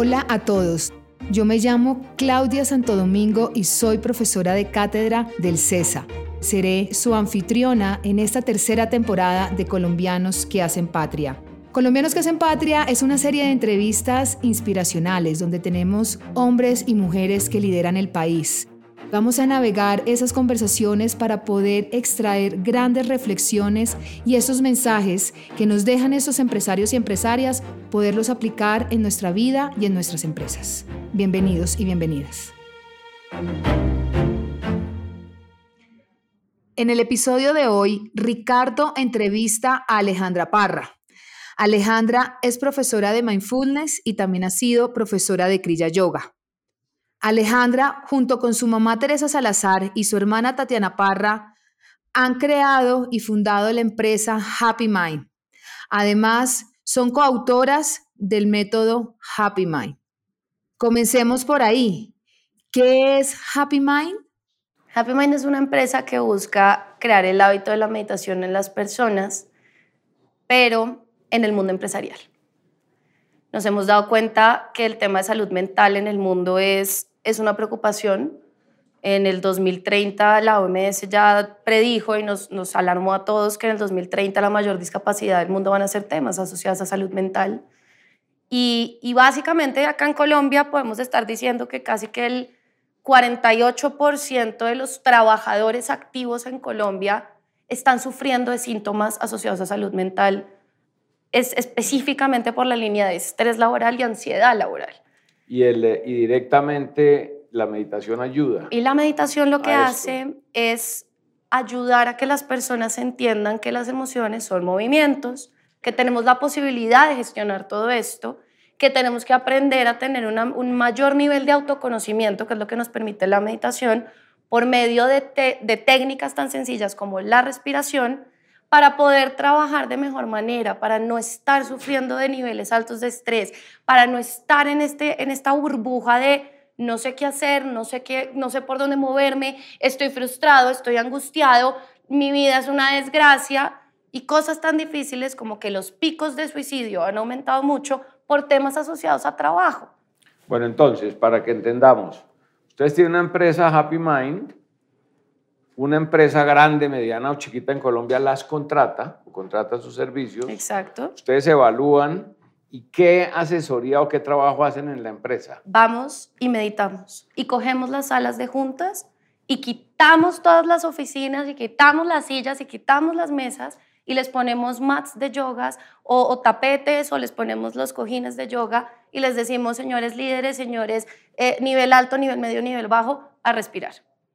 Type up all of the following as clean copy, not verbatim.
Hola a todos, yo me llamo Claudia Santo Domingo y soy profesora de cátedra del CESA. Seré su anfitriona en esta tercera temporada de Colombianos que hacen patria. Colombianos que hacen patria es una serie de entrevistas inspiracionales donde tenemos hombres y mujeres que lideran el país. Vamos a navegar esas conversaciones para poder extraer grandes reflexiones y esos mensajes que nos dejan esos empresarios y empresarias, poderlos aplicar en nuestra vida y en nuestras empresas. Bienvenidos y bienvenidas. En el episodio de hoy, Ricardo entrevista a Alejandra Parra. Alejandra es profesora de Mindfulness y también ha sido profesora de Kriya Yoga. Alejandra, junto con su mamá Teresa Salazar y su hermana Tatiana Parra, han creado y fundado la empresa Happy Mind. Además, son coautoras del método Happy Mind. Comencemos por ahí. ¿Qué es Happy Mind? Happy Mind es una empresa que busca crear el hábito de la meditación en las personas, pero en el mundo empresarial. Nos hemos dado cuenta que el tema de salud mental en el mundo es una preocupación. En el 2030 la OMS ya predijo y nos alarmó a todos que en el 2030 la mayor discapacidad del mundo van a ser temas asociados a salud mental. Y básicamente acá en Colombia podemos estar diciendo que casi que el 48% de los trabajadores activos en Colombia están sufriendo de síntomas asociados a salud mental, es específicamente por la línea de estrés laboral y ansiedad laboral. Y directamente la meditación ayuda. Y la meditación lo que hace es ayudar a que las personas entiendan que las emociones son movimientos, que tenemos la posibilidad de gestionar todo esto, que tenemos que aprender a tener un mayor nivel de autoconocimiento, que es lo que nos permite la meditación, por medio de técnicas tan sencillas como la respiración, para poder trabajar de mejor manera, para no estar sufriendo de niveles altos de estrés, para no estar en esta burbuja de no sé qué hacer, no sé por dónde moverme, estoy frustrado, estoy angustiado, mi vida es una desgracia, y cosas tan difíciles como que los picos de suicidio han aumentado mucho por temas asociados a trabajo. Bueno, entonces, para que entendamos, ustedes tienen una empresa Happy Mind, una empresa grande, mediana o chiquita en Colombia las contrata sus servicios. Exacto. Ustedes evalúan y qué asesoría o qué trabajo hacen en la empresa. Vamos y meditamos y cogemos las salas de juntas y quitamos todas las oficinas y quitamos las sillas y quitamos las mesas y les ponemos mats de yogas o tapetes o les ponemos los cojines de yoga y les decimos, señores líderes, señores nivel alto, nivel medio, nivel bajo, a respirar.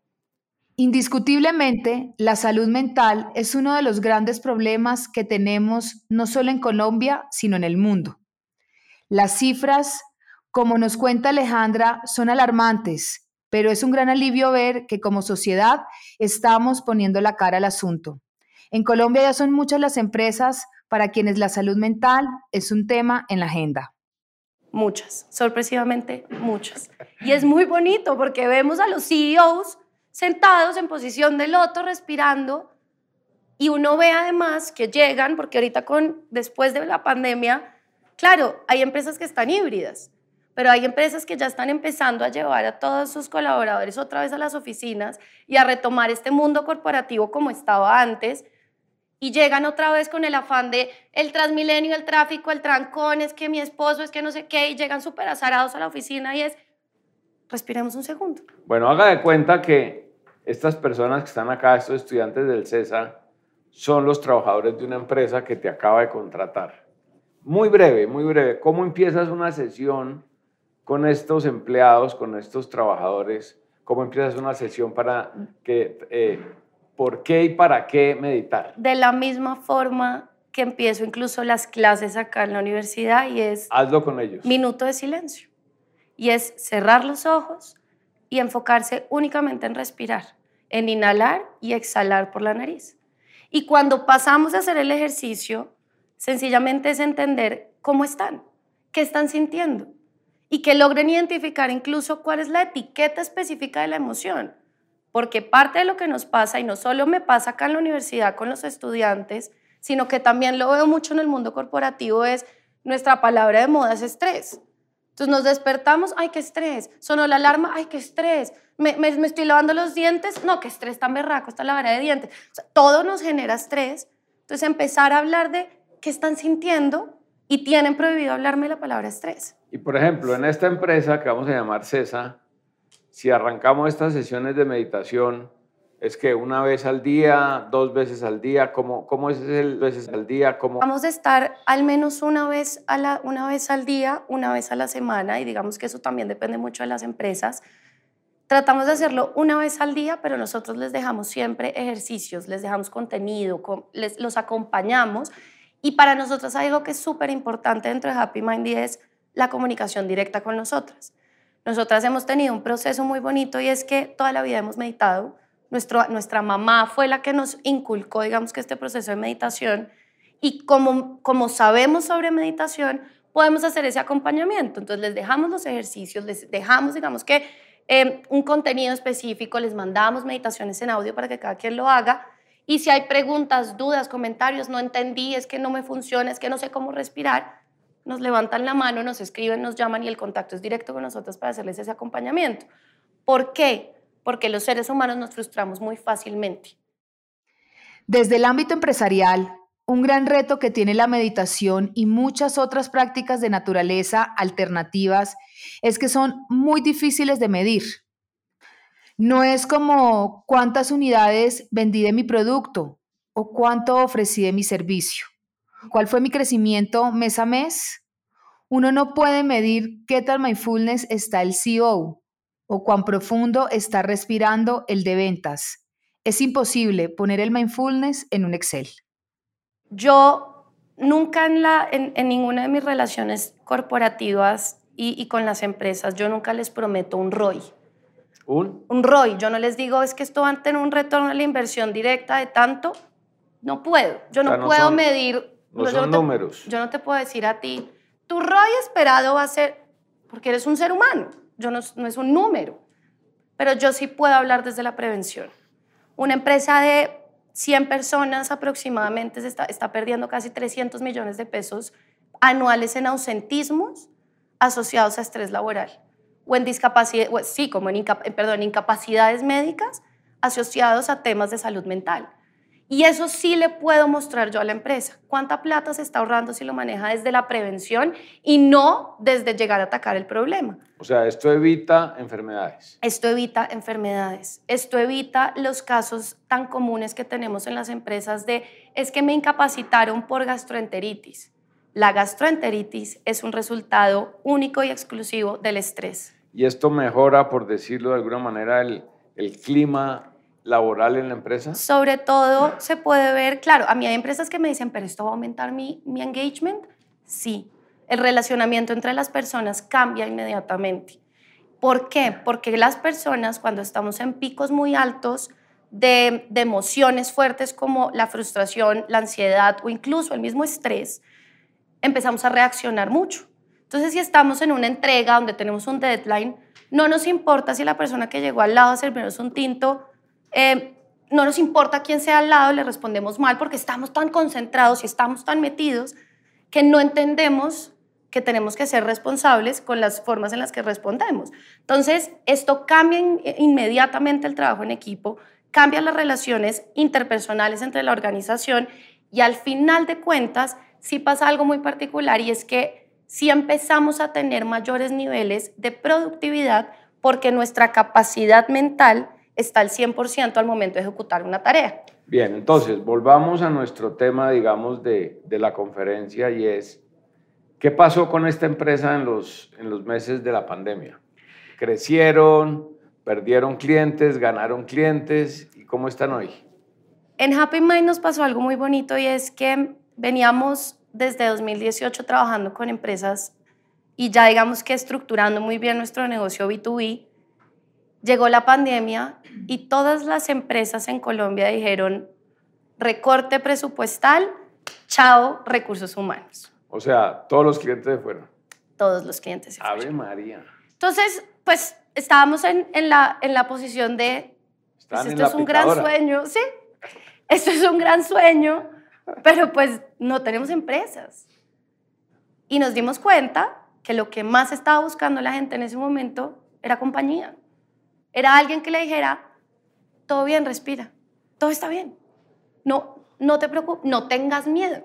Indiscutiblemente, la salud mental es uno de los grandes problemas que tenemos no solo en Colombia, sino en el mundo. Las cifras, como nos cuenta Alejandra, son alarmantes, pero es un gran alivio ver que como sociedad estamos poniendo la cara al asunto. En Colombia ya son muchas las empresas para quienes la salud mental es un tema en la agenda. Muchas, sorpresivamente muchas. Y es muy bonito porque vemos a los CEOs sentados en posición de loto, respirando, y uno ve además que llegan, porque ahorita después de la pandemia, claro, hay empresas que están híbridas, pero hay empresas que ya están empezando a llevar a todos sus colaboradores otra vez a las oficinas y a retomar este mundo corporativo como estaba antes, y llegan otra vez con el afán de el Transmilenio, el tráfico, el trancón, es que mi esposo, es que no sé qué, y llegan súper azarados a la oficina y es, respiremos un segundo. Bueno, haga de cuenta que estas personas que están acá, estos estudiantes del CESA, son los trabajadores de una empresa que te acaba de contratar. Muy breve, muy breve. ¿Cómo empiezas una sesión con estos empleados, con estos trabajadores? ¿Cómo empiezas una sesión para que, por qué y para qué meditar? De la misma forma que empiezo incluso las clases acá en la universidad y es... Hazlo con ellos. Minuto de silencio. Y es cerrar los ojos y enfocarse únicamente en respirar, en inhalar y exhalar por la nariz. Y cuando pasamos a hacer el ejercicio, sencillamente es entender cómo están, qué están sintiendo y que logren identificar incluso cuál es la etiqueta específica de la emoción. Porque parte de lo que nos pasa, y no solo me pasa acá en la universidad con los estudiantes, sino que también lo veo mucho en el mundo corporativo, es nuestra palabra de moda es estrés. Entonces nos despertamos, ¡ay, qué estrés! Sonó la alarma, ¡ay, qué estrés! Me estoy lavando los dientes, ¡no, qué estrés tan berraco esta lavadera de dientes! O sea, todo nos genera estrés. Entonces empezar a hablar de qué están sintiendo y tienen prohibido hablarme la palabra estrés. Y por ejemplo, en esta empresa que vamos a llamar CESA, si arrancamos estas sesiones de meditación, ¿es que una vez al día, 2 veces al día? ¿Cómo es el veces al día? Vamos a estar al menos una vez al día, una vez a la semana, y digamos que eso también depende mucho de las empresas. Tratamos de hacerlo una vez al día, pero nosotros les dejamos siempre ejercicios, les dejamos contenido, los acompañamos. Y para nosotros hay algo que es súper importante dentro de Happy Mind y es la comunicación directa con nosotras. Nosotras hemos tenido un proceso muy bonito y es que toda la vida hemos meditado. Nuestra mamá fue la que nos inculcó, digamos, que este proceso de meditación, y como sabemos sobre meditación, podemos hacer ese acompañamiento. Entonces les dejamos los ejercicios, les dejamos, digamos que un contenido específico, les mandamos meditaciones en audio para que cada quien lo haga, y si hay preguntas, dudas, comentarios, no entendí, es que no me funciona, es que no sé cómo respirar, nos levantan la mano, nos escriben, nos llaman y el contacto es directo con nosotros para hacerles ese acompañamiento. ¿Por qué? Porque los seres humanos nos frustramos muy fácilmente. Desde el ámbito empresarial, un gran reto que tiene la meditación y muchas otras prácticas de naturaleza alternativas es que son muy difíciles de medir. No es como cuántas unidades vendí de mi producto o cuánto ofrecí de mi servicio. ¿Cuál fue mi crecimiento mes a mes? Uno no puede medir qué tan mindfulness está el CEO o cuán profundo está respirando el de ventas. Es imposible poner el mindfulness en un Excel. Yo nunca en ninguna de mis relaciones corporativas y con las empresas, yo nunca les prometo un ROI. Un ROI. Yo no les digo, es que esto va a tener un retorno a la inversión directa de tanto. No puedo. Yo no puedo medir. No son números. Yo no te puedo decir a ti, tu ROI esperado va a ser, porque eres un ser humano, no es un número. Pero yo sí puedo hablar desde la prevención. Una empresa de 100 personas aproximadamente está perdiendo casi 300 millones de pesos anuales en ausentismos asociados a estrés laboral o en discapacidad, sí, como en incapacidades médicas asociados a temas de salud mental. Y eso sí le puedo mostrar yo a la empresa. ¿Cuánta plata se está ahorrando si lo maneja desde la prevención y no desde llegar a atacar el problema? O sea, esto evita enfermedades. Esto evita enfermedades. Esto evita los casos tan comunes que tenemos en las empresas de es que me incapacitaron por gastroenteritis. La gastroenteritis es un resultado único y exclusivo del estrés. ¿Y esto mejora, por decirlo de alguna manera, el clima laboral en la empresa? Sobre todo se puede ver, claro, a mí hay empresas que me dicen, pero ¿esto va a aumentar mi engagement? Sí, el relacionamiento entre las personas cambia inmediatamente. ¿Por qué? Porque las personas, cuando estamos en picos muy altos de emociones fuertes como la frustración, la ansiedad o incluso el mismo estrés, empezamos a reaccionar mucho. Entonces, si estamos en una entrega donde tenemos un deadline, no nos importa si la persona que llegó al lado a servirnos un tinto, no nos importa quién sea al lado, le respondemos mal porque estamos tan concentrados y estamos tan metidos que no entendemos que tenemos que ser responsables con las formas en las que respondemos. Entonces, esto cambia inmediatamente el trabajo en equipo, cambia las relaciones interpersonales entre la organización y al final de cuentas sí pasa algo muy particular y es que sí empezamos a tener mayores niveles de productividad porque nuestra capacidad mental está al 100% al momento de ejecutar una tarea. Bien, entonces volvamos a nuestro tema, digamos, de la conferencia y es, ¿qué pasó con esta empresa en los meses de la pandemia? ¿Crecieron, perdieron clientes, ganaron clientes y cómo están hoy? En Happy Mind nos pasó algo muy bonito y es que veníamos desde 2018 trabajando con empresas y ya digamos que estructurando muy bien nuestro negocio B2B. Llegó la pandemia y todas las empresas en Colombia dijeron recorte presupuestal, chao, recursos humanos. O sea, todos los clientes se fueron. Todos los clientes se fueron. Ave María. Entonces, pues estábamos en la posición de, pues, esto es un gran sueño, sí, esto es un gran sueño, pero pues no tenemos empresas. Y nos dimos cuenta que lo que más estaba buscando la gente en ese momento era compañía. Era alguien que le dijera, todo bien, respira, todo está bien, no te preocupes, no tengas miedo.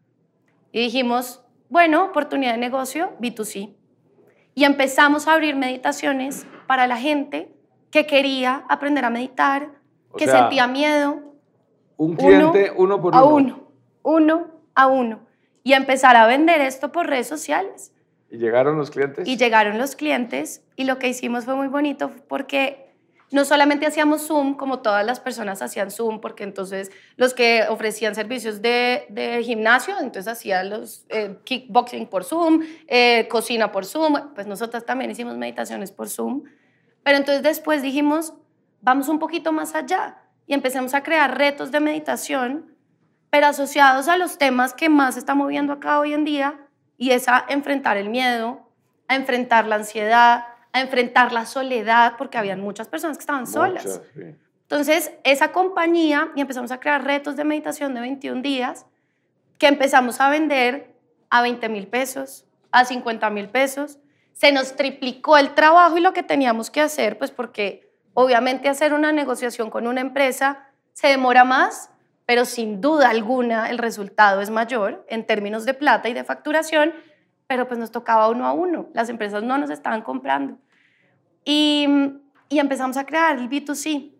Y dijimos, bueno, oportunidad de negocio, B2C. Y empezamos a abrir meditaciones para la gente que quería aprender a meditar, que sentía miedo. Un cliente uno por uno. Uno a uno. Y empezar a vender esto por redes sociales. ¿Y llegaron los clientes? Y llegaron los clientes y lo que hicimos fue muy bonito porque no solamente hacíamos Zoom, como todas las personas hacían Zoom, porque entonces los que ofrecían servicios de gimnasio, entonces hacían los kickboxing por Zoom, cocina por Zoom, pues nosotras también hicimos meditaciones por Zoom, pero entonces después dijimos, vamos un poquito más allá y empecemos a crear retos de meditación, pero asociados a los temas que más se está moviendo acá hoy en día, y es a enfrentar el miedo, a enfrentar la ansiedad, a enfrentar la soledad, porque habían muchas personas que estaban solas. Sí. Entonces, esa compañía, y empezamos a crear retos de meditación de 21 días, que empezamos a vender a 20,000 pesos, a 50,000 pesos. Se nos triplicó el trabajo y lo que teníamos que hacer, pues porque obviamente hacer una negociación con una empresa se demora más, pero sin duda alguna el resultado es mayor en términos de plata y de facturación, pero pues nos tocaba uno a uno, las empresas no nos estaban comprando. Y empezamos a crear el B2C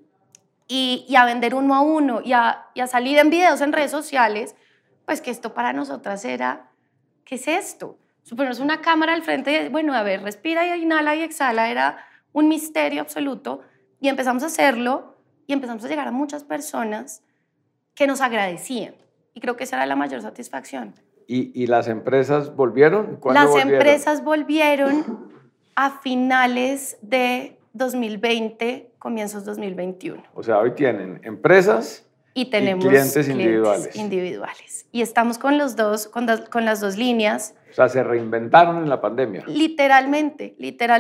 y a vender uno a uno y a salir en videos en redes sociales, pues que esto para nosotras era, ¿qué es esto? Ponernos una cámara al frente y, bueno, a ver, respira y inhala y exhala, era un misterio absoluto y empezamos a hacerlo y empezamos a llegar a muchas personas que nos agradecían. Y creo que esa era la mayor satisfacción. ¿Y las empresas volvieron? ¿Cuándo volvieron? Empresas volvieron a finales de 2020, comienzos 2021. O sea, hoy tienen empresas y tenemos clientes individuales. Y estamos con los dos, con las dos líneas. O sea, se reinventaron en la pandemia. Literalmente.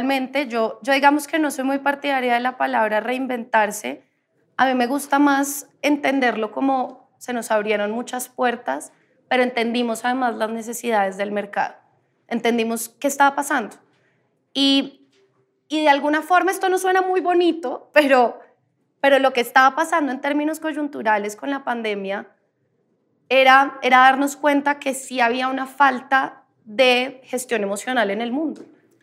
Yo digamos que no soy muy partidaria de la palabra reinventarse. A mí me gusta más entenderlo como se nos abrieron muchas puertas, pero entendimos además las necesidades del mercado. Entendimos qué estaba pasando. Y de alguna forma esto no suena muy bonito, pero lo que estaba pasando en términos coyunturales con la pandemia era darnos cuenta que sí había una falta de gestión emocional en el mundo.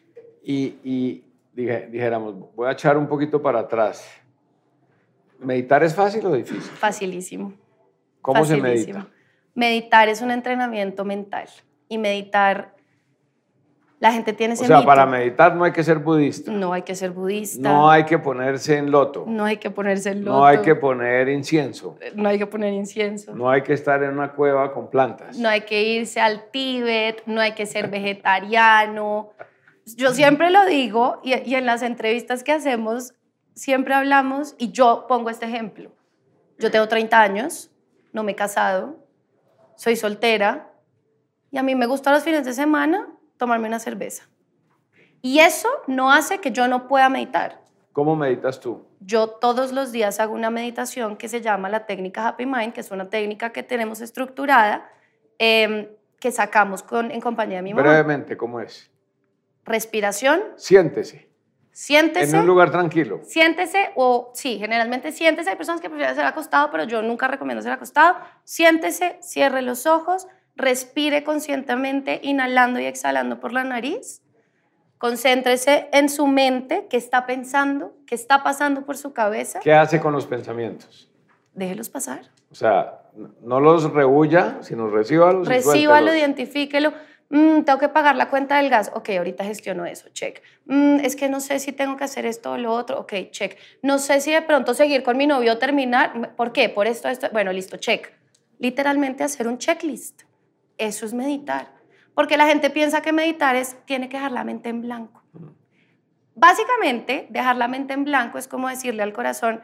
Y dijéramos, voy a echar un poquito para atrás. ¿Meditar es fácil o difícil? Facilísimo. ¿Cómo se medita? Meditar es un entrenamiento mental. Y meditar, la gente tiene ese mito. O sea, para meditar no hay que ser budista. No hay que ser budista. No hay que ponerse en loto. No hay que ponerse en loto. No hay que poner incienso. No hay que poner incienso. No hay que estar en una cueva con plantas. No hay que irse al Tíbet, no hay que ser vegetariano. Yo siempre lo digo y en las entrevistas que hacemos siempre hablamos y yo pongo este ejemplo. Yo tengo 30 años, no me he casado, soy soltera y a mí me gusta los fines de semana tomarme una cerveza. Y eso no hace que yo no pueda meditar. ¿Cómo meditas tú? Yo todos los días hago una meditación que se llama la técnica Happy Mind, que es una técnica que tenemos estructurada, que sacamos en compañía de mi mamá. Brevemente, ¿cómo es? Respiración. Siéntese. Siéntese. En un lugar tranquilo. Siéntese sí, generalmente siéntese. Hay personas que prefieren ser acostado, pero yo nunca recomiendo ser acostado. Siéntese, cierre los ojos, respire conscientemente, inhalando y exhalando por la nariz. Concéntrese en su mente, qué está pensando, qué está pasando por su cabeza. ¿Qué hace con los pensamientos? Déjelos pasar. O sea, no los rehuya, sino recíbalos. Recíbalo, identifíquelo. Tengo que pagar la cuenta del gas. Ok, ahorita gestiono eso, check. Es que no sé si tengo que hacer esto o lo otro. Ok, check. No sé si de pronto seguir con mi novio o terminar. ¿Por qué? Por esto. Bueno, listo, check. Literalmente hacer un checklist. Eso es meditar. Porque la gente piensa que meditar tiene que dejar la mente en blanco. Básicamente, dejar la mente en blanco es como decirle al corazón,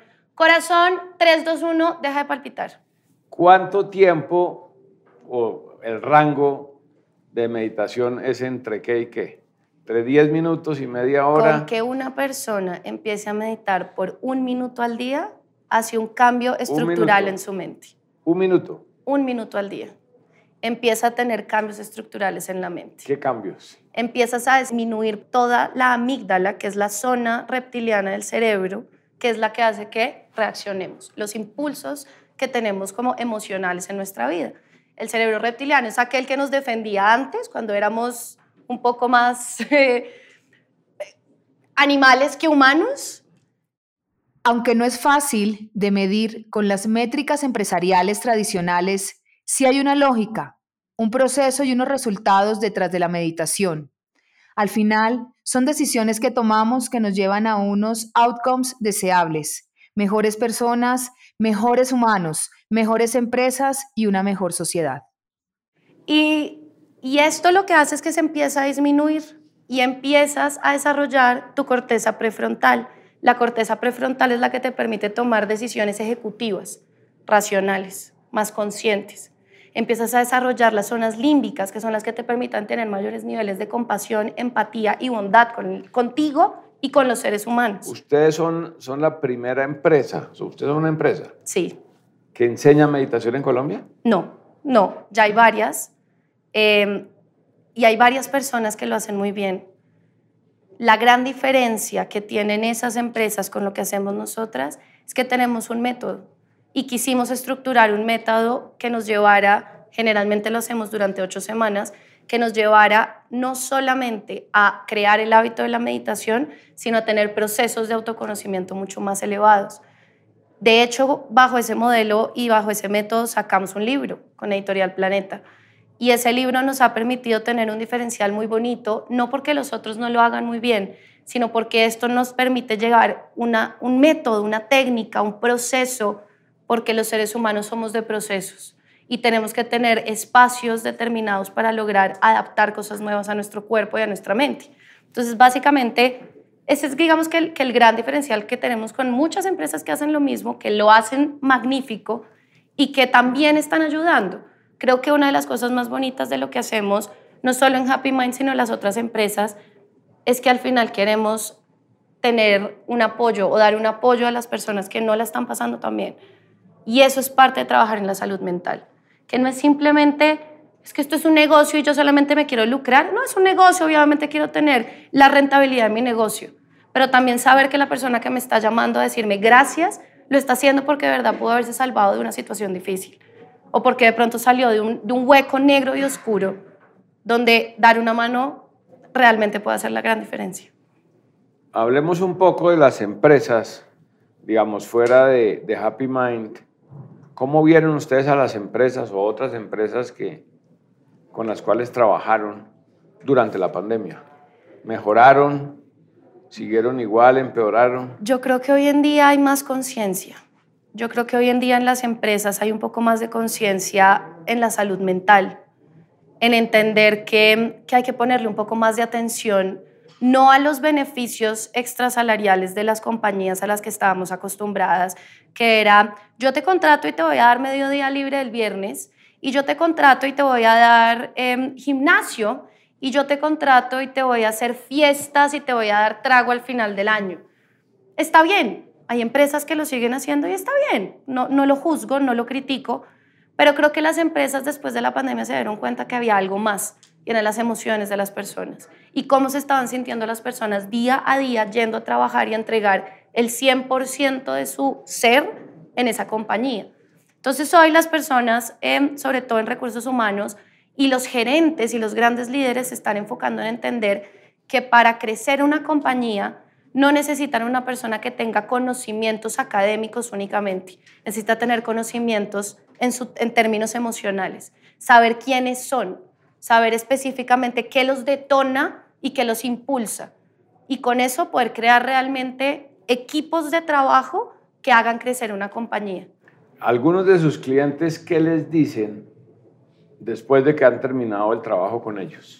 3, 2, 1, deja de palpitar. ¿Cuánto tiempo o el rango de meditación es entre qué y qué? ¿Entre 10 minutos y media hora? Con que una persona empiece a meditar por 1 minuto al día, hace un cambio estructural en su mente. 1 minuto. 1 minuto al día. Empieza a tener cambios estructurales en la mente. ¿Qué cambios? empiezas a disminuir toda la amígdala, que es la zona reptiliana del cerebro, que es la que hace que reaccionemos, los impulsos que tenemos como emocionales en nuestra vida. El cerebro reptiliano es aquel que nos defendía antes, cuando éramos un poco más animales que humanos. Aunque no es fácil de medir con las métricas empresariales tradicionales, sí hay una lógica, un proceso y unos resultados detrás de la meditación. Al final, son decisiones que tomamos que nos llevan a unos outcomes deseables, mejores personas, mejores humanos, mejores empresas y una mejor sociedad. Y esto lo que hace es que se empieza a disminuir y empiezas a desarrollar tu corteza prefrontal. La corteza prefrontal es la que te permite tomar decisiones ejecutivas, racionales, más conscientes. Empiezas a desarrollar las zonas límbicas, que son las que te permitan tener mayores niveles de compasión, empatía y bondad contigo y con los seres humanos. Ustedes son la primera empresa, ustedes son una empresa. Sí. ¿Que enseña meditación en Colombia? No, ya hay varias. Y hay varias personas que lo hacen muy bien. La gran diferencia que tienen esas empresas con lo que hacemos nosotras es que tenemos un método y quisimos estructurar un método que nos llevara, generalmente lo hacemos durante 8 semanas, que nos llevara no solamente a crear el hábito de la meditación, sino a tener procesos de autoconocimiento mucho más elevados. De hecho, bajo ese modelo y bajo ese método sacamos un libro con Editorial Planeta. Y ese libro nos ha permitido tener un diferencial muy bonito, no porque los otros no lo hagan muy bien, sino porque esto nos permite llegar a un método, una técnica, un proceso, porque los seres humanos somos de procesos y tenemos que tener espacios determinados para lograr adaptar cosas nuevas a nuestro cuerpo y a nuestra mente. Entonces, básicamente, ese es, digamos, que el gran diferencial que tenemos con muchas empresas que hacen lo mismo, que lo hacen magnífico y que también están ayudando. Creo que una de las cosas más bonitas de lo que hacemos, no solo en Happy Mind, sino en las otras empresas, es que al final queremos tener un apoyo o dar un apoyo a las personas que no la están pasando tan bien. Y eso es parte de trabajar en la salud mental, que no es simplemente, es que esto es un negocio y yo solamente me quiero lucrar. No, es un negocio, obviamente quiero tener la rentabilidad de mi negocio, pero también saber que la persona que me está llamando a decirme gracias, lo está haciendo porque de verdad pudo haberse salvado de una situación difícil. O porque de pronto salió de un hueco negro y oscuro donde dar una mano realmente puede hacer la gran diferencia. Hablemos un poco de las empresas, digamos, fuera de Happy Mind. ¿Cómo vieron ustedes a las empresas o otras empresas con las cuales trabajaron durante la pandemia? ¿Mejoraron? ¿Siguieron igual? ¿Empeoraron? Yo creo que hoy en día hay más conciencia. Yo creo que hoy en día en las empresas hay un poco más de conciencia en la salud mental, en entender que hay que ponerle un poco más de atención, no a los beneficios extrasalariales de las compañías a las que estábamos acostumbradas, que era yo te contrato y te voy a dar mediodía libre el viernes, y yo te contrato y te voy a dar gimnasio, y yo te contrato y te voy a hacer fiestas y te voy a dar trago al final del año. Está bien. Hay empresas que lo siguen haciendo y está bien, no lo juzgo, no lo critico, pero creo que las empresas después de la pandemia se dieron cuenta que había algo más, y eran las emociones de las personas y cómo se estaban sintiendo las personas día a día yendo a trabajar y a entregar el 100% de su ser en esa compañía. Entonces hoy las personas, sobre todo en recursos humanos, y los gerentes y los grandes líderes se están enfocando en entender que para crecer una compañía no necesitan una persona que tenga conocimientos académicos únicamente, necesita tener conocimientos en términos emocionales, saber quiénes son, saber específicamente qué los detona y qué los impulsa, y con eso poder crear realmente equipos de trabajo que hagan crecer una compañía. Algunos de sus clientes, ¿qué les dicen después de que han terminado el trabajo con ellos?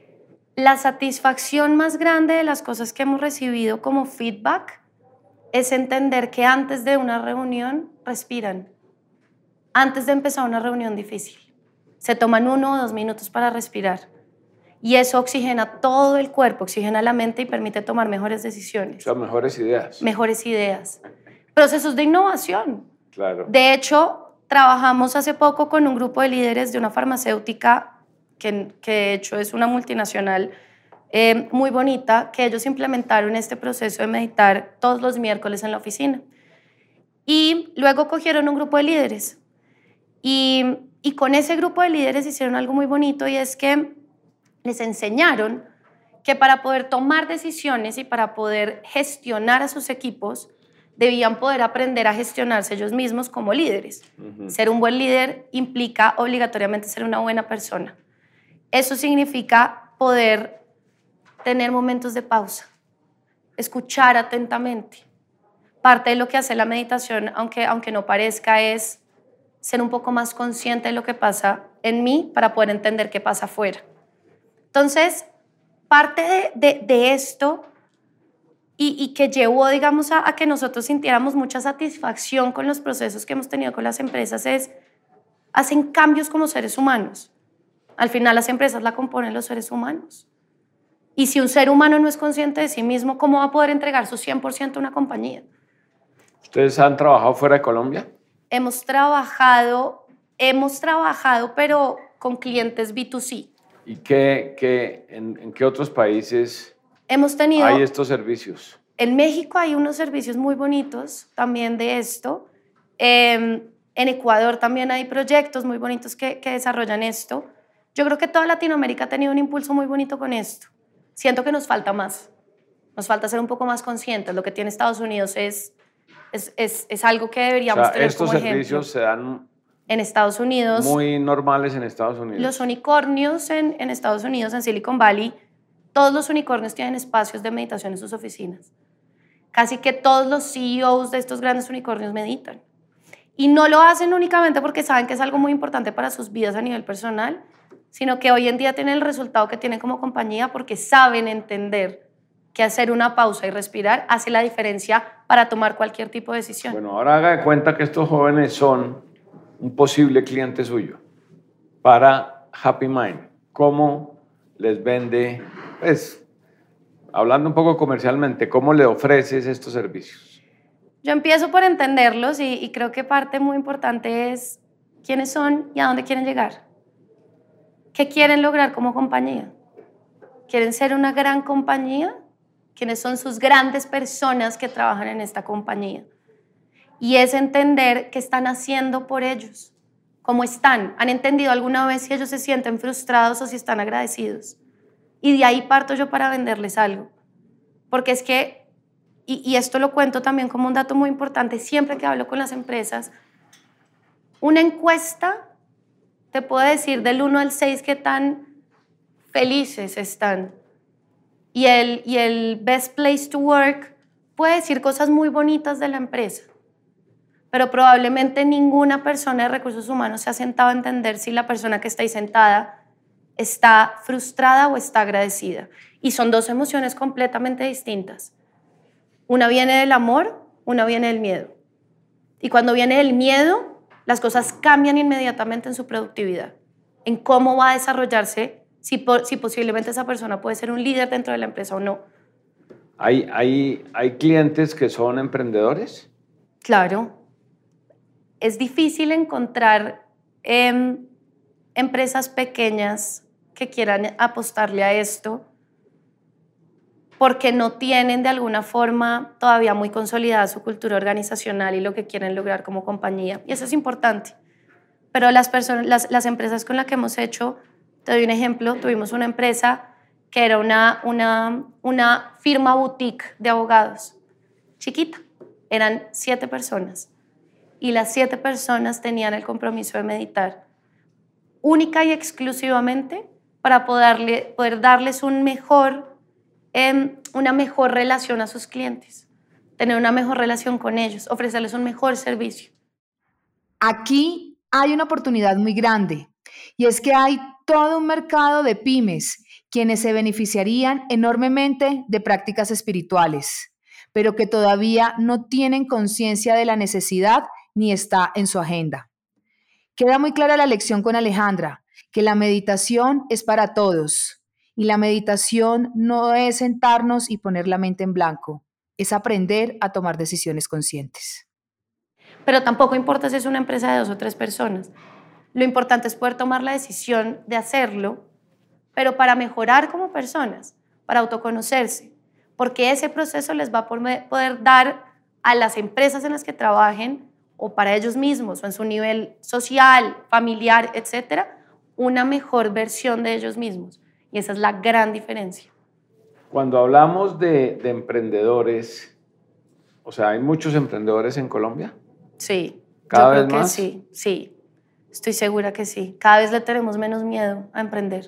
La satisfacción más grande de las cosas que hemos recibido como feedback es entender que antes de una reunión respiran, antes de empezar una reunión difícil. Se toman 1 o 2 minutos para respirar y eso oxigena todo el cuerpo, oxigena la mente y permite tomar mejores decisiones. O sea, mejores ideas. Mejores ideas. Procesos de innovación. Claro. De hecho, trabajamos hace poco con un grupo de líderes de una farmacéutica que de hecho es una multinacional muy bonita, que ellos implementaron este proceso de meditar todos los miércoles en la oficina. Y luego cogieron un grupo de líderes y con ese grupo de líderes hicieron algo muy bonito, y es que les enseñaron que para poder tomar decisiones y para poder gestionar a sus equipos, debían poder aprender a gestionarse ellos mismos como líderes. Ser un buen líder implica obligatoriamente ser una buena persona. Eso significa poder tener momentos de pausa, escuchar atentamente. Parte de lo que hace la meditación, aunque no parezca, es ser un poco más consciente de lo que pasa en mí para poder entender qué pasa afuera. Entonces, parte de esto y que llevó, digamos, a que nosotros sintiéramos mucha satisfacción con los procesos que hemos tenido con las empresas hacen cambios como seres humanos. Al final las empresas la componen los seres humanos. Y si un ser humano no es consciente de sí mismo, ¿cómo va a poder entregar su 100% a una compañía? ¿Ustedes han trabajado fuera de Colombia? Hemos trabajado, pero con clientes B2C. ¿Y en qué otros países hay estos servicios? En México hay unos servicios muy bonitos también de esto. En Ecuador también hay proyectos muy bonitos que desarrollan esto. Yo creo que toda Latinoamérica ha tenido un impulso muy bonito con esto. Siento que nos falta más. Nos falta ser un poco más conscientes. Lo que tiene Estados Unidos es algo que deberíamos tener como ejemplo. Estos servicios se dan en Estados Unidos. Muy normales en Estados Unidos. Los unicornios en Estados Unidos, en Silicon Valley, todos los unicornios tienen espacios de meditación en sus oficinas. Casi que todos los CEOs de estos grandes unicornios meditan. Y no lo hacen únicamente porque saben que es algo muy importante para sus vidas a nivel personal, sino que hoy en día tienen el resultado que tienen como compañía porque saben entender que hacer una pausa y respirar hace la diferencia para tomar cualquier tipo de decisión. Bueno, ahora haga de cuenta que estos jóvenes son un posible cliente suyo para Happy Mind. ¿Cómo les vende? Pues, hablando un poco comercialmente, ¿cómo le ofreces estos servicios? Yo empiezo por entenderlos y creo que parte muy importante es quiénes son y a dónde quieren llegar. ¿Qué quieren lograr como compañía? ¿Quieren ser una gran compañía? ¿Quiénes son sus grandes personas que trabajan en esta compañía? Y es entender qué están haciendo por ellos, cómo están. ¿Han entendido alguna vez si ellos se sienten frustrados o si están agradecidos? Y de ahí parto yo para venderles algo. Porque es que, y esto lo cuento también como un dato muy importante, siempre que hablo con las empresas, una encuesta te puede decir del 1 al 6 qué tan felices están. Y el best place to work puede decir cosas muy bonitas de la empresa, pero probablemente ninguna persona de recursos humanos se ha sentado a entender si la persona que está ahí sentada está frustrada o está agradecida. Y son dos emociones completamente distintas. Una viene del amor, una viene del miedo. Y cuando viene del miedo, las cosas cambian inmediatamente en su productividad, en cómo va a desarrollarse, si posiblemente esa persona puede ser un líder dentro de la empresa o no. ¿Hay clientes que son emprendedores? Claro. Es difícil encontrar empresas pequeñas que quieran apostarle a esto porque no tienen de alguna forma todavía muy consolidada su cultura organizacional y lo que quieren lograr como compañía. Y eso es importante. Pero las empresas con las que hemos hecho, te doy un ejemplo, tuvimos una empresa que era una firma boutique de abogados, chiquita. Eran 7 personas. Y las 7 personas tenían el compromiso de meditar única y exclusivamente para poder darles una mejor relación a sus clientes, tener una mejor relación con ellos, ofrecerles un mejor servicio. Aquí hay una oportunidad muy grande y es que hay todo un mercado de pymes quienes se beneficiarían enormemente de prácticas espirituales, pero que todavía no tienen conciencia de la necesidad ni está en su agenda. Queda muy clara la lección con Alejandra, que la meditación es para todos. Y la meditación no es sentarnos y poner la mente en blanco, es aprender a tomar decisiones conscientes. Pero tampoco importa si es una empresa de 2 o 3 personas. Lo importante es poder tomar la decisión de hacerlo, pero para mejorar como personas. para autoconocerse, porque ese proceso les va a poder dar a las empresas en las que trabajen o para ellos mismos o en su nivel social, familiar, etcétera, una mejor versión de ellos mismos. Y esa es la gran diferencia. Cuando hablamos de emprendedores, o sea, ¿hay muchos emprendedores en Colombia? Sí. ¿Cada vez yo creo más? Que sí, sí. Estoy segura que sí. Cada vez le tenemos menos miedo a emprender.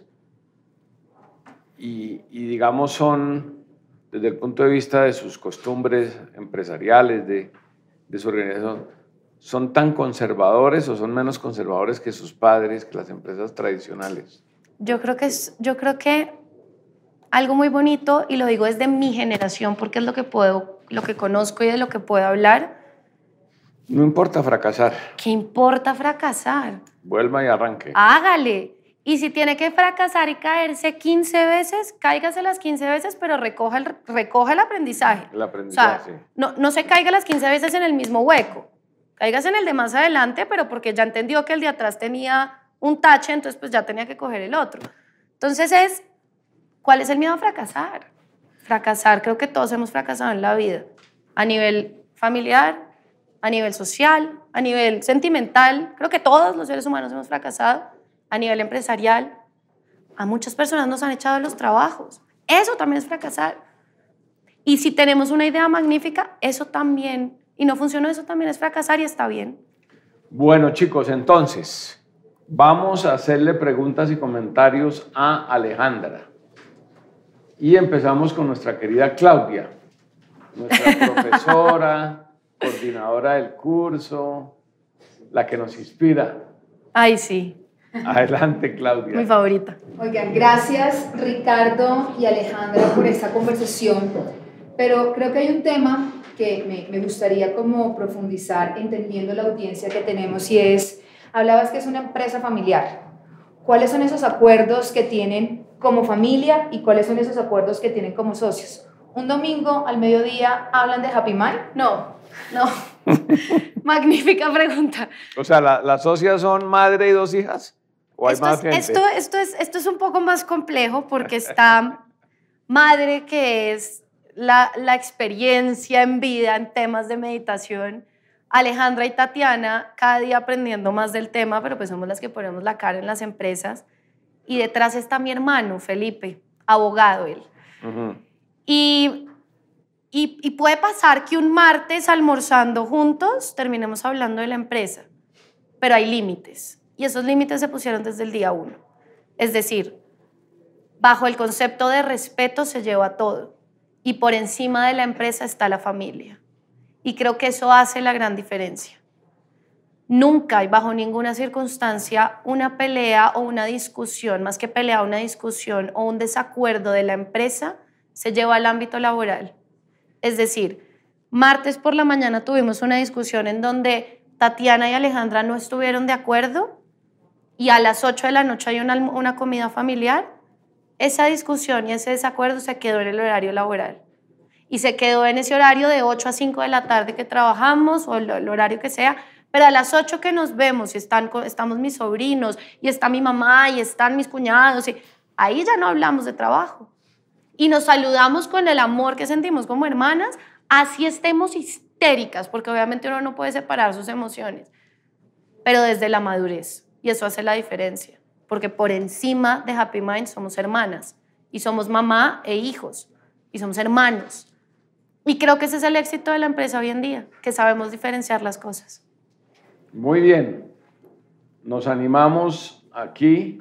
Y digamos, son, desde el punto de vista de sus costumbres empresariales, de su organización, ¿son tan conservadores o son menos conservadores que sus padres, que las empresas tradicionales? Yo creo que algo muy bonito, y lo digo desde mi generación porque es lo que conozco y de lo que puedo hablar. No importa fracasar. ¿Qué importa fracasar? Vuelva y arranque. Hágale. Y si tiene que fracasar y caerse 15 veces, cáigase las 15 veces, pero recoja el aprendizaje. El aprendizaje. O sea, no se caiga las 15 veces en el mismo hueco. Cáigase en el de más adelante, pero porque ya entendió que el de atrás tenía un tache, entonces pues ya tenía que coger el otro. Entonces ¿cuál es el miedo a fracasar? Fracasar, creo que todos hemos fracasado en la vida. A nivel familiar, a nivel social, a nivel sentimental. Creo que todos los seres humanos hemos fracasado. A nivel empresarial, a muchas personas nos han echado de los trabajos. Eso también es fracasar. Y si tenemos una idea magnífica, eso también, y no funcionó, eso también es fracasar y está bien. Bueno, chicos, entonces, vamos a hacerle preguntas y comentarios a Alejandra. Y empezamos con nuestra querida Claudia, nuestra profesora, coordinadora del curso, la que nos inspira. Ay, sí. Adelante, Claudia. Mi favorita. Oigan, gracias Ricardo y Alejandra por esta conversación, pero creo que hay un tema que me gustaría como profundizar entendiendo la audiencia que tenemos y es, hablabas que es una empresa familiar. ¿Cuáles son esos acuerdos que tienen como familia y cuáles son esos acuerdos que tienen como socios? Un domingo al mediodía hablan de Happy Mind. No. Magnífica pregunta. O sea, ¿las socias son madre y 2 hijas? ¿O hay más gente? Esto es un poco más complejo porque está madre, que es la experiencia en vida en temas de meditación. Alejandra y Tatiana, cada día aprendiendo más del tema, pero pues somos las que ponemos la cara en las empresas. Y detrás está mi hermano, Felipe, abogado él. Uh-huh. Y puede pasar que un martes almorzando juntos terminemos hablando de la empresa, pero hay límites. Y esos límites se pusieron desde el día 1. Es decir, bajo el concepto de respeto se lleva todo. Y por encima de la empresa está la familia. Y creo que eso hace la gran diferencia. Nunca y bajo ninguna circunstancia una pelea o una discusión, más que pelea, una discusión o un desacuerdo de la empresa se lleva al ámbito laboral. Es decir, martes por la mañana tuvimos una discusión en donde Tatiana y Alejandra no estuvieron de acuerdo y a las 8 de la noche hay una comida familiar. Esa discusión y ese desacuerdo se quedó en el horario laboral. Y se quedó en ese horario de 8 a 5 de la tarde que trabajamos o el horario que sea, pero a las 8 que nos vemos y estamos mis sobrinos y está mi mamá y están mis cuñados, y ahí ya no hablamos de trabajo. Y nos saludamos con el amor que sentimos como hermanas, así estemos histéricas, porque obviamente uno no puede separar sus emociones, pero desde la madurez, y eso hace la diferencia, porque por encima de Happy Mind somos hermanas, y somos mamá e hijos, y somos hermanos. Y creo que ese es el éxito de la empresa hoy en día, que sabemos diferenciar las cosas. Muy bien. Nos animamos aquí.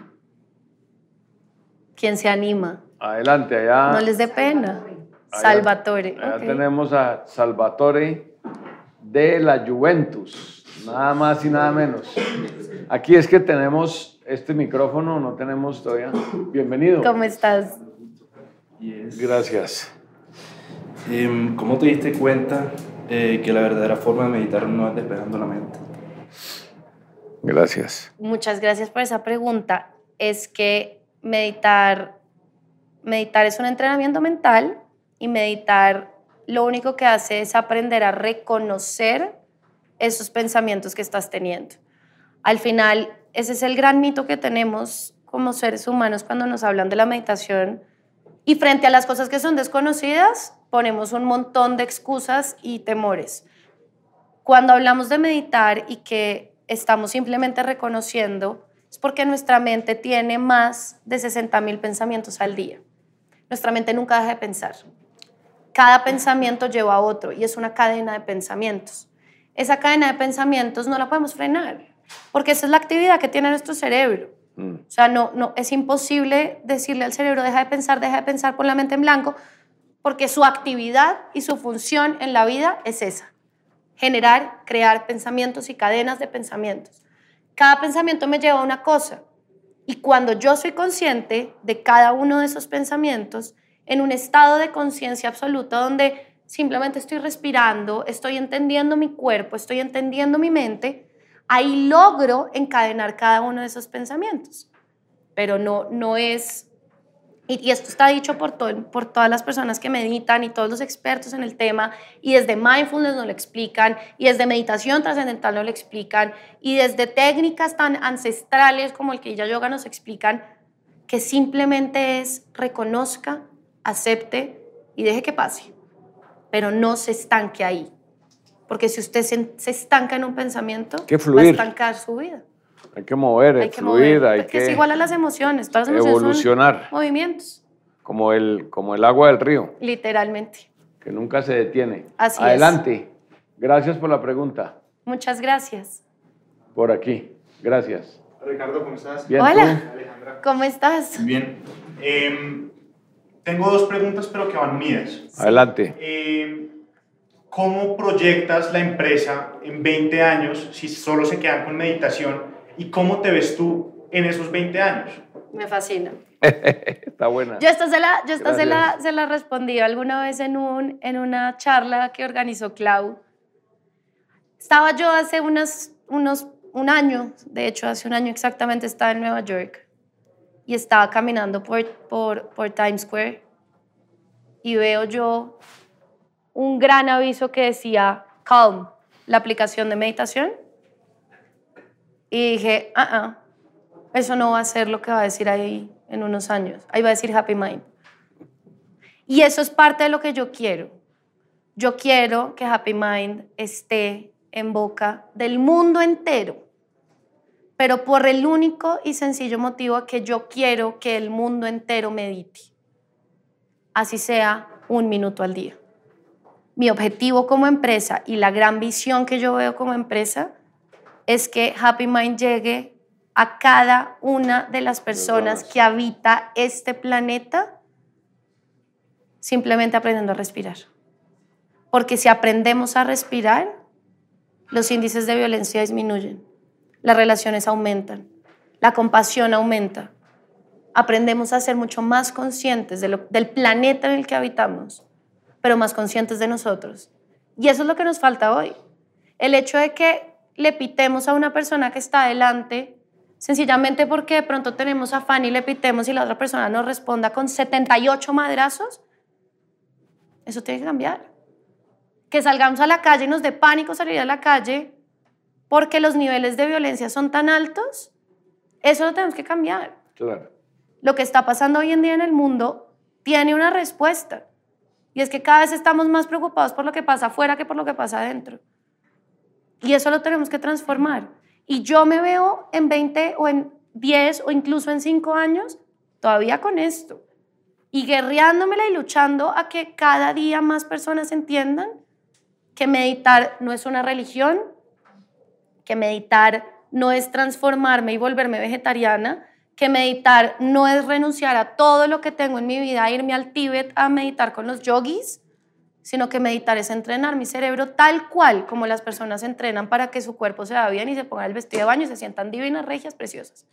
¿Quién se anima? Adelante, allá. No les dé pena. Salvatore. Allá Okay. tenemos a Salvatore de la Juventus, nada más y nada menos. Aquí es que tenemos este micrófono, no tenemos todavía. Bienvenido. ¿Cómo estás? Gracias. ¿Cómo te diste cuenta que la verdadera forma de meditar no es despejando la mente? Gracias. Muchas gracias por esa pregunta. Es que meditar es un entrenamiento mental, y meditar lo único que hace es aprender a reconocer esos pensamientos que estás teniendo. Al final, ese es el gran mito que tenemos como seres humanos cuando nos hablan de la meditación, Y frente a las cosas que son desconocidas, ponemos un montón de excusas y temores. Cuando hablamos de meditar y que estamos simplemente reconociendo, es porque nuestra mente tiene más de 60.000 pensamientos al día. Nuestra mente nunca deja de pensar. Cada pensamiento lleva a otro y es una cadena de pensamientos. Esa cadena de pensamientos no la podemos frenar, porque esa es la actividad que tiene nuestro cerebro. O sea, no, es imposible decirle al cerebro, deja de pensar, pon la mente en blanco, porque su actividad y su función en la vida es esa: generar, crear pensamientos y cadenas de pensamientos. Cada pensamiento me lleva a una cosa, y cuando yo soy consciente de cada uno de esos pensamientos, en un estado de conciencia absoluta donde simplemente estoy respirando, estoy entendiendo mi cuerpo, estoy entendiendo mi mente, ahí logro encadenar cada uno de esos pensamientos. Pero no es... Y esto está dicho por todas las personas que meditan y todos los expertos en el tema, y desde mindfulness nos lo explican, y desde meditación trascendental nos lo explican, y desde técnicas tan ancestrales como el Kriya Yoga nos explican, que simplemente es reconozca, acepte y deje que pase, pero no se estanque ahí, porque si usted se estanca en un pensamiento, va a estancar su vida. Hay que mover, fluir, hay que... Es igual a las emociones, todas las emociones evolucionar. Son movimientos. Como el agua del río. Literalmente. Que nunca se detiene. Así Adelante. Gracias por la pregunta. Muchas gracias. Por aquí. Gracias. Ricardo, ¿cómo estás? Bien, hola. ¿tú? Alejandra. ¿Cómo estás? Bien. Tengo 2 preguntas, pero que van unidas. Adelante. ¿Cómo proyectas la empresa en 20 años si solo se quedan con meditación? ¿Y cómo te ves tú en esos 20 años? Me fascina. Está buena. Yo esta se la respondí alguna vez en una charla que organizó Clau. Estaba yo hace un año, de hecho hace un año exactamente, estaba en Nueva York y estaba caminando por Times Square y veo yo un gran aviso que decía Calm, la aplicación de meditación, y dije, eso no va a ser lo que va a decir ahí en unos años, ahí va a decir Happy Mind. Y eso es parte de lo que yo quiero. Yo quiero que Happy Mind esté en boca del mundo entero, pero por el único y sencillo motivo que yo quiero que el mundo entero medite, así sea 1 minuto al día. Mi objetivo como empresa y la gran visión que yo veo como empresa es que Happy Mind llegue a cada una de las personas que habita este planeta simplemente aprendiendo a respirar. Porque si aprendemos a respirar, los índices de violencia disminuyen, las relaciones aumentan, la compasión aumenta. Aprendemos a ser mucho más conscientes del planeta en el que habitamos, pero más conscientes de nosotros. Y eso es lo que nos falta hoy. El hecho de que le pitemos a una persona que está adelante, sencillamente porque de pronto tenemos afán y le pitemos y la otra persona nos responda con 78 madrazos, eso tiene que cambiar. Que salgamos a la calle y nos dé pánico salir a la calle porque los niveles de violencia son tan altos, eso lo tenemos que cambiar. Claro. Lo que está pasando hoy en día en el mundo tiene una respuesta, y es que cada vez estamos más preocupados por lo que pasa afuera que por lo que pasa adentro. Y eso lo tenemos que transformar. Y yo me veo en 20 o en 10 o incluso en 5 años todavía con esto. Y guerreándomela y luchando a que cada día más personas entiendan que meditar no es una religión, que meditar no es transformarme y volverme vegetariana, que meditar no es renunciar a todo lo que tengo en mi vida, irme al Tíbet a meditar con los yogis, sino que meditar es entrenar mi cerebro tal cual como las personas entrenan para que su cuerpo se vea bien y se pongan el vestido de baño y se sientan divinas, regias, preciosas.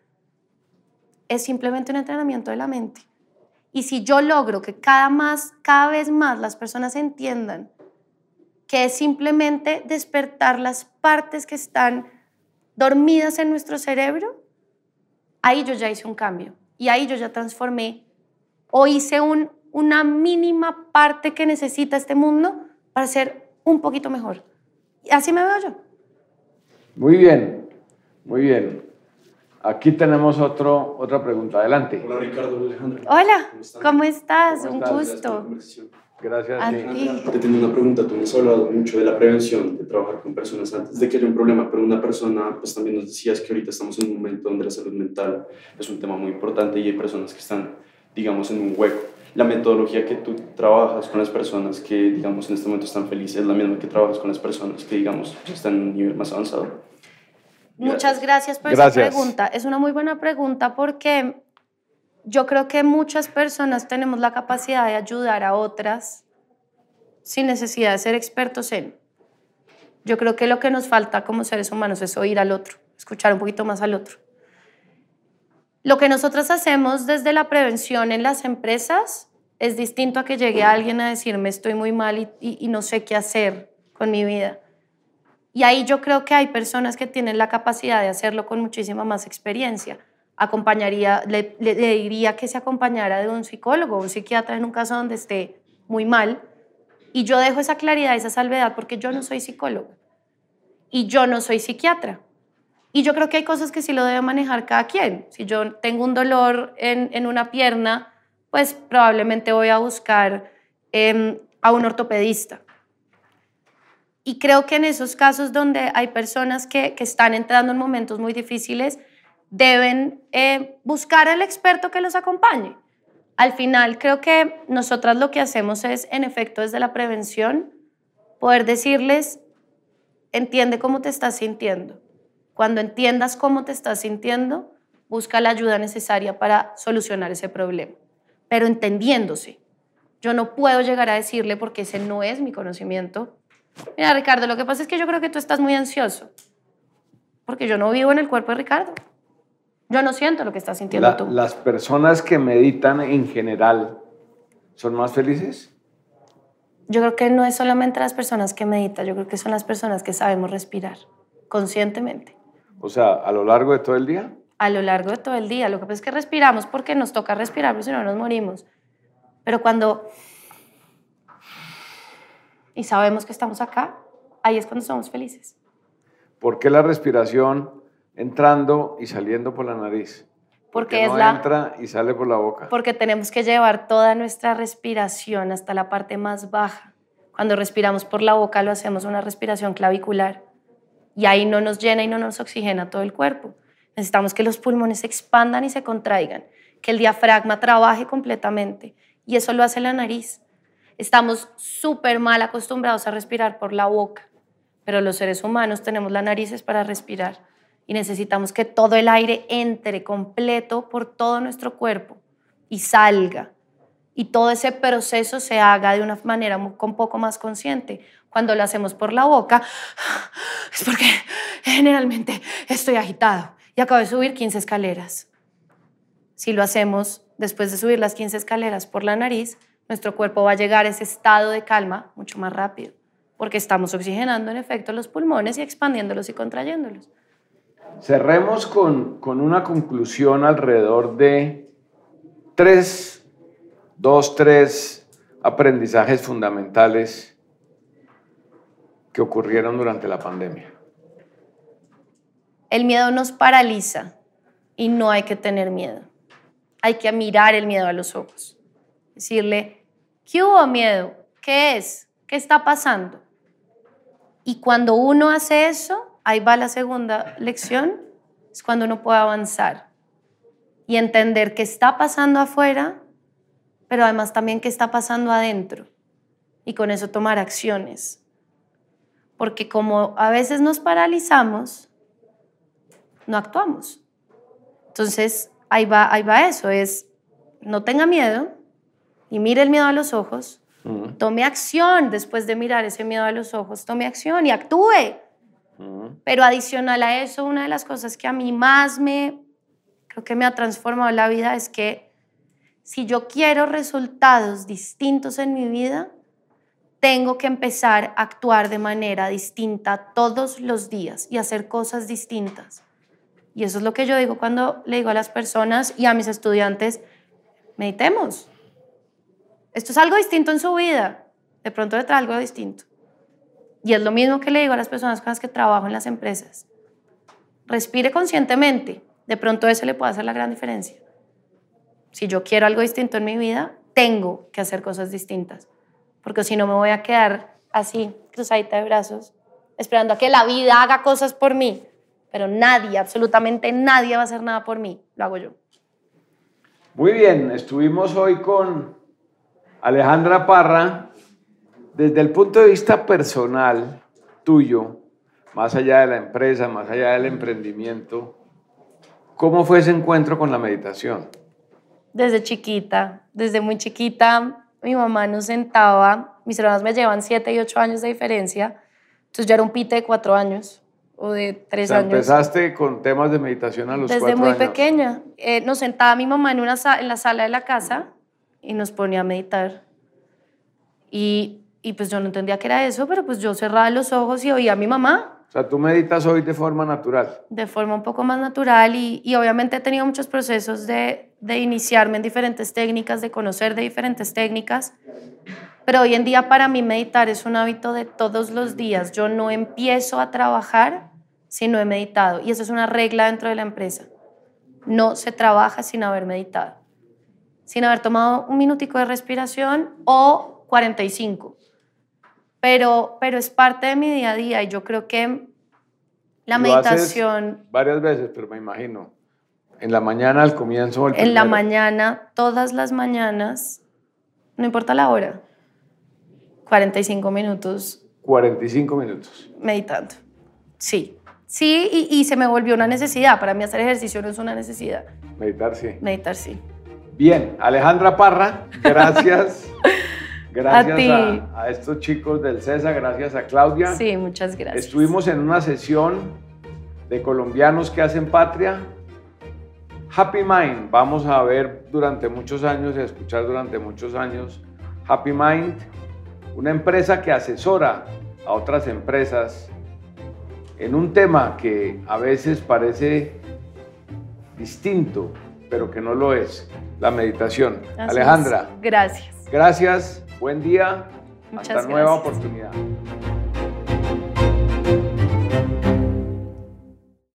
Es simplemente un entrenamiento de la mente. Y si yo logro que cada vez más las personas entiendan que es simplemente despertar las partes que están dormidas en nuestro cerebro, ahí yo ya hice un cambio y ahí yo ya transformé o hice una mínima parte que necesita este mundo para ser un poquito mejor. Y así me veo yo. Muy bien, muy bien. Aquí tenemos otra pregunta. Adelante. Hola Ricardo, Alejandro. Hola, ¿cómo ¿Cómo estás? estás? Un gusto. Gracias. A Sí. ti. Te tengo una pregunta. Tú nos has hablado mucho de la prevención, de trabajar con personas antes de que haya un problema, pero una persona, pues también nos decías que ahorita estamos en un momento donde la salud mental es un tema muy importante y hay personas que están, digamos, en un hueco. La metodología que tú trabajas con las personas que, digamos, en este momento están felices es la misma que trabajas con las personas que, digamos, están en un nivel más avanzado. Muchas gracias por Gracias. esa pregunta. Es una muy buena pregunta porque yo creo que muchas personas tenemos la capacidad de ayudar a otras sin necesidad de ser expertos en. Yo creo que lo que nos falta como seres humanos es oír al otro, escuchar un poquito más al otro. Lo que nosotros hacemos desde la prevención en las empresas es distinto a que llegue alguien a decirme estoy muy mal y no sé qué hacer con mi vida. Y ahí yo creo que hay personas que tienen la capacidad de hacerlo con muchísima más experiencia. Le diría que se acompañara de un psicólogo, un psiquiatra en un caso donde esté muy mal. Y yo dejo esa claridad, esa salvedad, porque yo no soy psicólogo y yo no soy psiquiatra. Y yo creo que hay cosas que sí lo debe manejar cada quien. Si yo tengo un dolor en una pierna, pues probablemente voy a buscar a un ortopedista. Y creo que en esos casos donde hay personas que están entrando en momentos muy difíciles, deben buscar al experto que los acompañe. Al final, creo que nosotras lo que hacemos es, en efecto, desde la prevención, poder decirles, entiende cómo te estás sintiendo. Cuando entiendas cómo te estás sintiendo, busca la ayuda necesaria para solucionar ese problema, pero entendiéndose. Yo no puedo llegar a decirle, porque ese no es mi conocimiento, mira, Ricardo, lo que pasa es que yo creo que tú estás muy ansioso, porque yo no vivo en el cuerpo de Ricardo. Yo no siento lo que estás sintiendo tú. ¿Las personas que meditan en general son más felices? Yo creo que no es solamente las personas que meditan, yo creo que son las personas que sabemos respirar conscientemente. O sea, a lo largo de todo el día. A lo largo de todo el día. Lo que pasa es que respiramos porque nos toca respirar, porque si no nos morimos. Pero cuando... y sabemos que estamos acá, ahí es cuando somos felices. ¿Por qué la respiración entrando y saliendo por la nariz? Porque no entra y sale por la boca. Porque tenemos que llevar toda nuestra respiración hasta la parte más baja. Cuando respiramos por la boca lo hacemos una respiración clavicular y ahí no nos llena y no nos oxigena todo el cuerpo. Necesitamos que los pulmones se expandan y se contraigan, que el diafragma trabaje completamente y eso lo hace la nariz. Estamos súper mal acostumbrados a respirar por la boca, pero los seres humanos tenemos las narices para respirar. Y necesitamos que todo el aire entre completo por todo nuestro cuerpo y salga. Y todo ese proceso se haga de una manera un poco más consciente. Cuando lo hacemos por la boca, es porque generalmente estoy agitado y acabo de subir 15 escaleras. Si lo hacemos después de subir las 15 escaleras por la nariz, nuestro cuerpo va a llegar a ese estado de calma mucho más rápido, porque estamos oxigenando en efecto los pulmones y expandiéndolos y contrayéndolos. Cerremos con una conclusión alrededor de tres aprendizajes fundamentales que ocurrieron durante la pandemia. El miedo nos paraliza y no hay que tener miedo. Hay que mirar el miedo a los ojos. Decirle, ¿qué hubo miedo? ¿Qué es? ¿Qué está pasando? Y cuando uno hace eso, ahí va la segunda lección, es cuando uno puede avanzar y entender qué está pasando afuera, pero además también qué está pasando adentro y con eso tomar acciones. Porque como a veces nos paralizamos, no actuamos. Entonces, ahí va eso, es no tenga miedo y mire el miedo a los ojos, tome acción después de mirar ese miedo a los ojos, tome acción y actúe. Pero adicional a eso, una de las cosas que a mí más creo que me ha transformado la vida es que si yo quiero resultados distintos en mi vida, tengo que empezar a actuar de manera distinta todos los días y hacer cosas distintas. Y eso es lo que yo digo cuando le digo a las personas y a mis estudiantes, meditemos. Esto es algo distinto en su vida. De pronto le trae algo distinto. Y es lo mismo que le digo a las personas con las que trabajo en las empresas. Respire conscientemente De pronto eso le puede hacer la gran diferencia. Si yo quiero algo distinto en mi vida, tengo que hacer cosas distintas, porque si no me voy a quedar así, cruzadita de brazos, esperando a que la vida haga cosas por mí, pero nadie, absolutamente nadie va a hacer nada por mí, lo hago yo. Muy bien, estuvimos hoy con Alejandra Parra. Desde el punto de vista personal tuyo, más allá de la empresa, más allá del emprendimiento, ¿cómo fue ese encuentro con la meditación? Desde chiquita, desde muy chiquita, mi mamá nos sentaba, mis hermanos me llevan 7 y 8 años de diferencia, entonces yo era un pite de 4 años o de 3 años. Empezaste con temas de meditación a los 4 años. Desde muy pequeña. Nos sentaba mi mamá en la sala de la casa y nos ponía a meditar. Y pues yo no entendía qué era eso, pero pues yo cerraba los ojos y oía a mi mamá. O sea, tú meditas hoy de forma natural. De forma un poco más natural y obviamente he tenido muchos procesos de iniciarme en diferentes técnicas, de conocer de diferentes técnicas, pero hoy en día para mí meditar es un hábito de todos los días. Yo no empiezo a trabajar si no he meditado y eso es una regla dentro de la empresa. No se trabaja sin haber meditado, sin haber tomado un minutico de respiración o 45. Pero es parte de mi día a día y yo creo que la meditación... Haces varias veces, pero me imagino. En la mañana, al comienzo o el primero. En la mañana, todas las mañanas, no importa la hora, 45 minutos. 45 minutos. Meditando. Sí. Sí, y se me volvió una necesidad. Para mí hacer ejercicio no es una necesidad. Meditar, sí. Meditar, sí. Bien, Alejandra Parra, gracias. Gracias a estos chicos del CESA, gracias a Claudia. Sí, muchas gracias. Estuvimos en una sesión de colombianos que hacen patria. Happy Mind, vamos a ver durante muchos años y a escuchar durante muchos años Happy Mind, una empresa que asesora a otras empresas en un tema que a veces parece distinto, pero que no lo es, la meditación. Así Alejandra. es. Gracias. Gracias, buen día, Muchas hasta nueva gracias. oportunidad.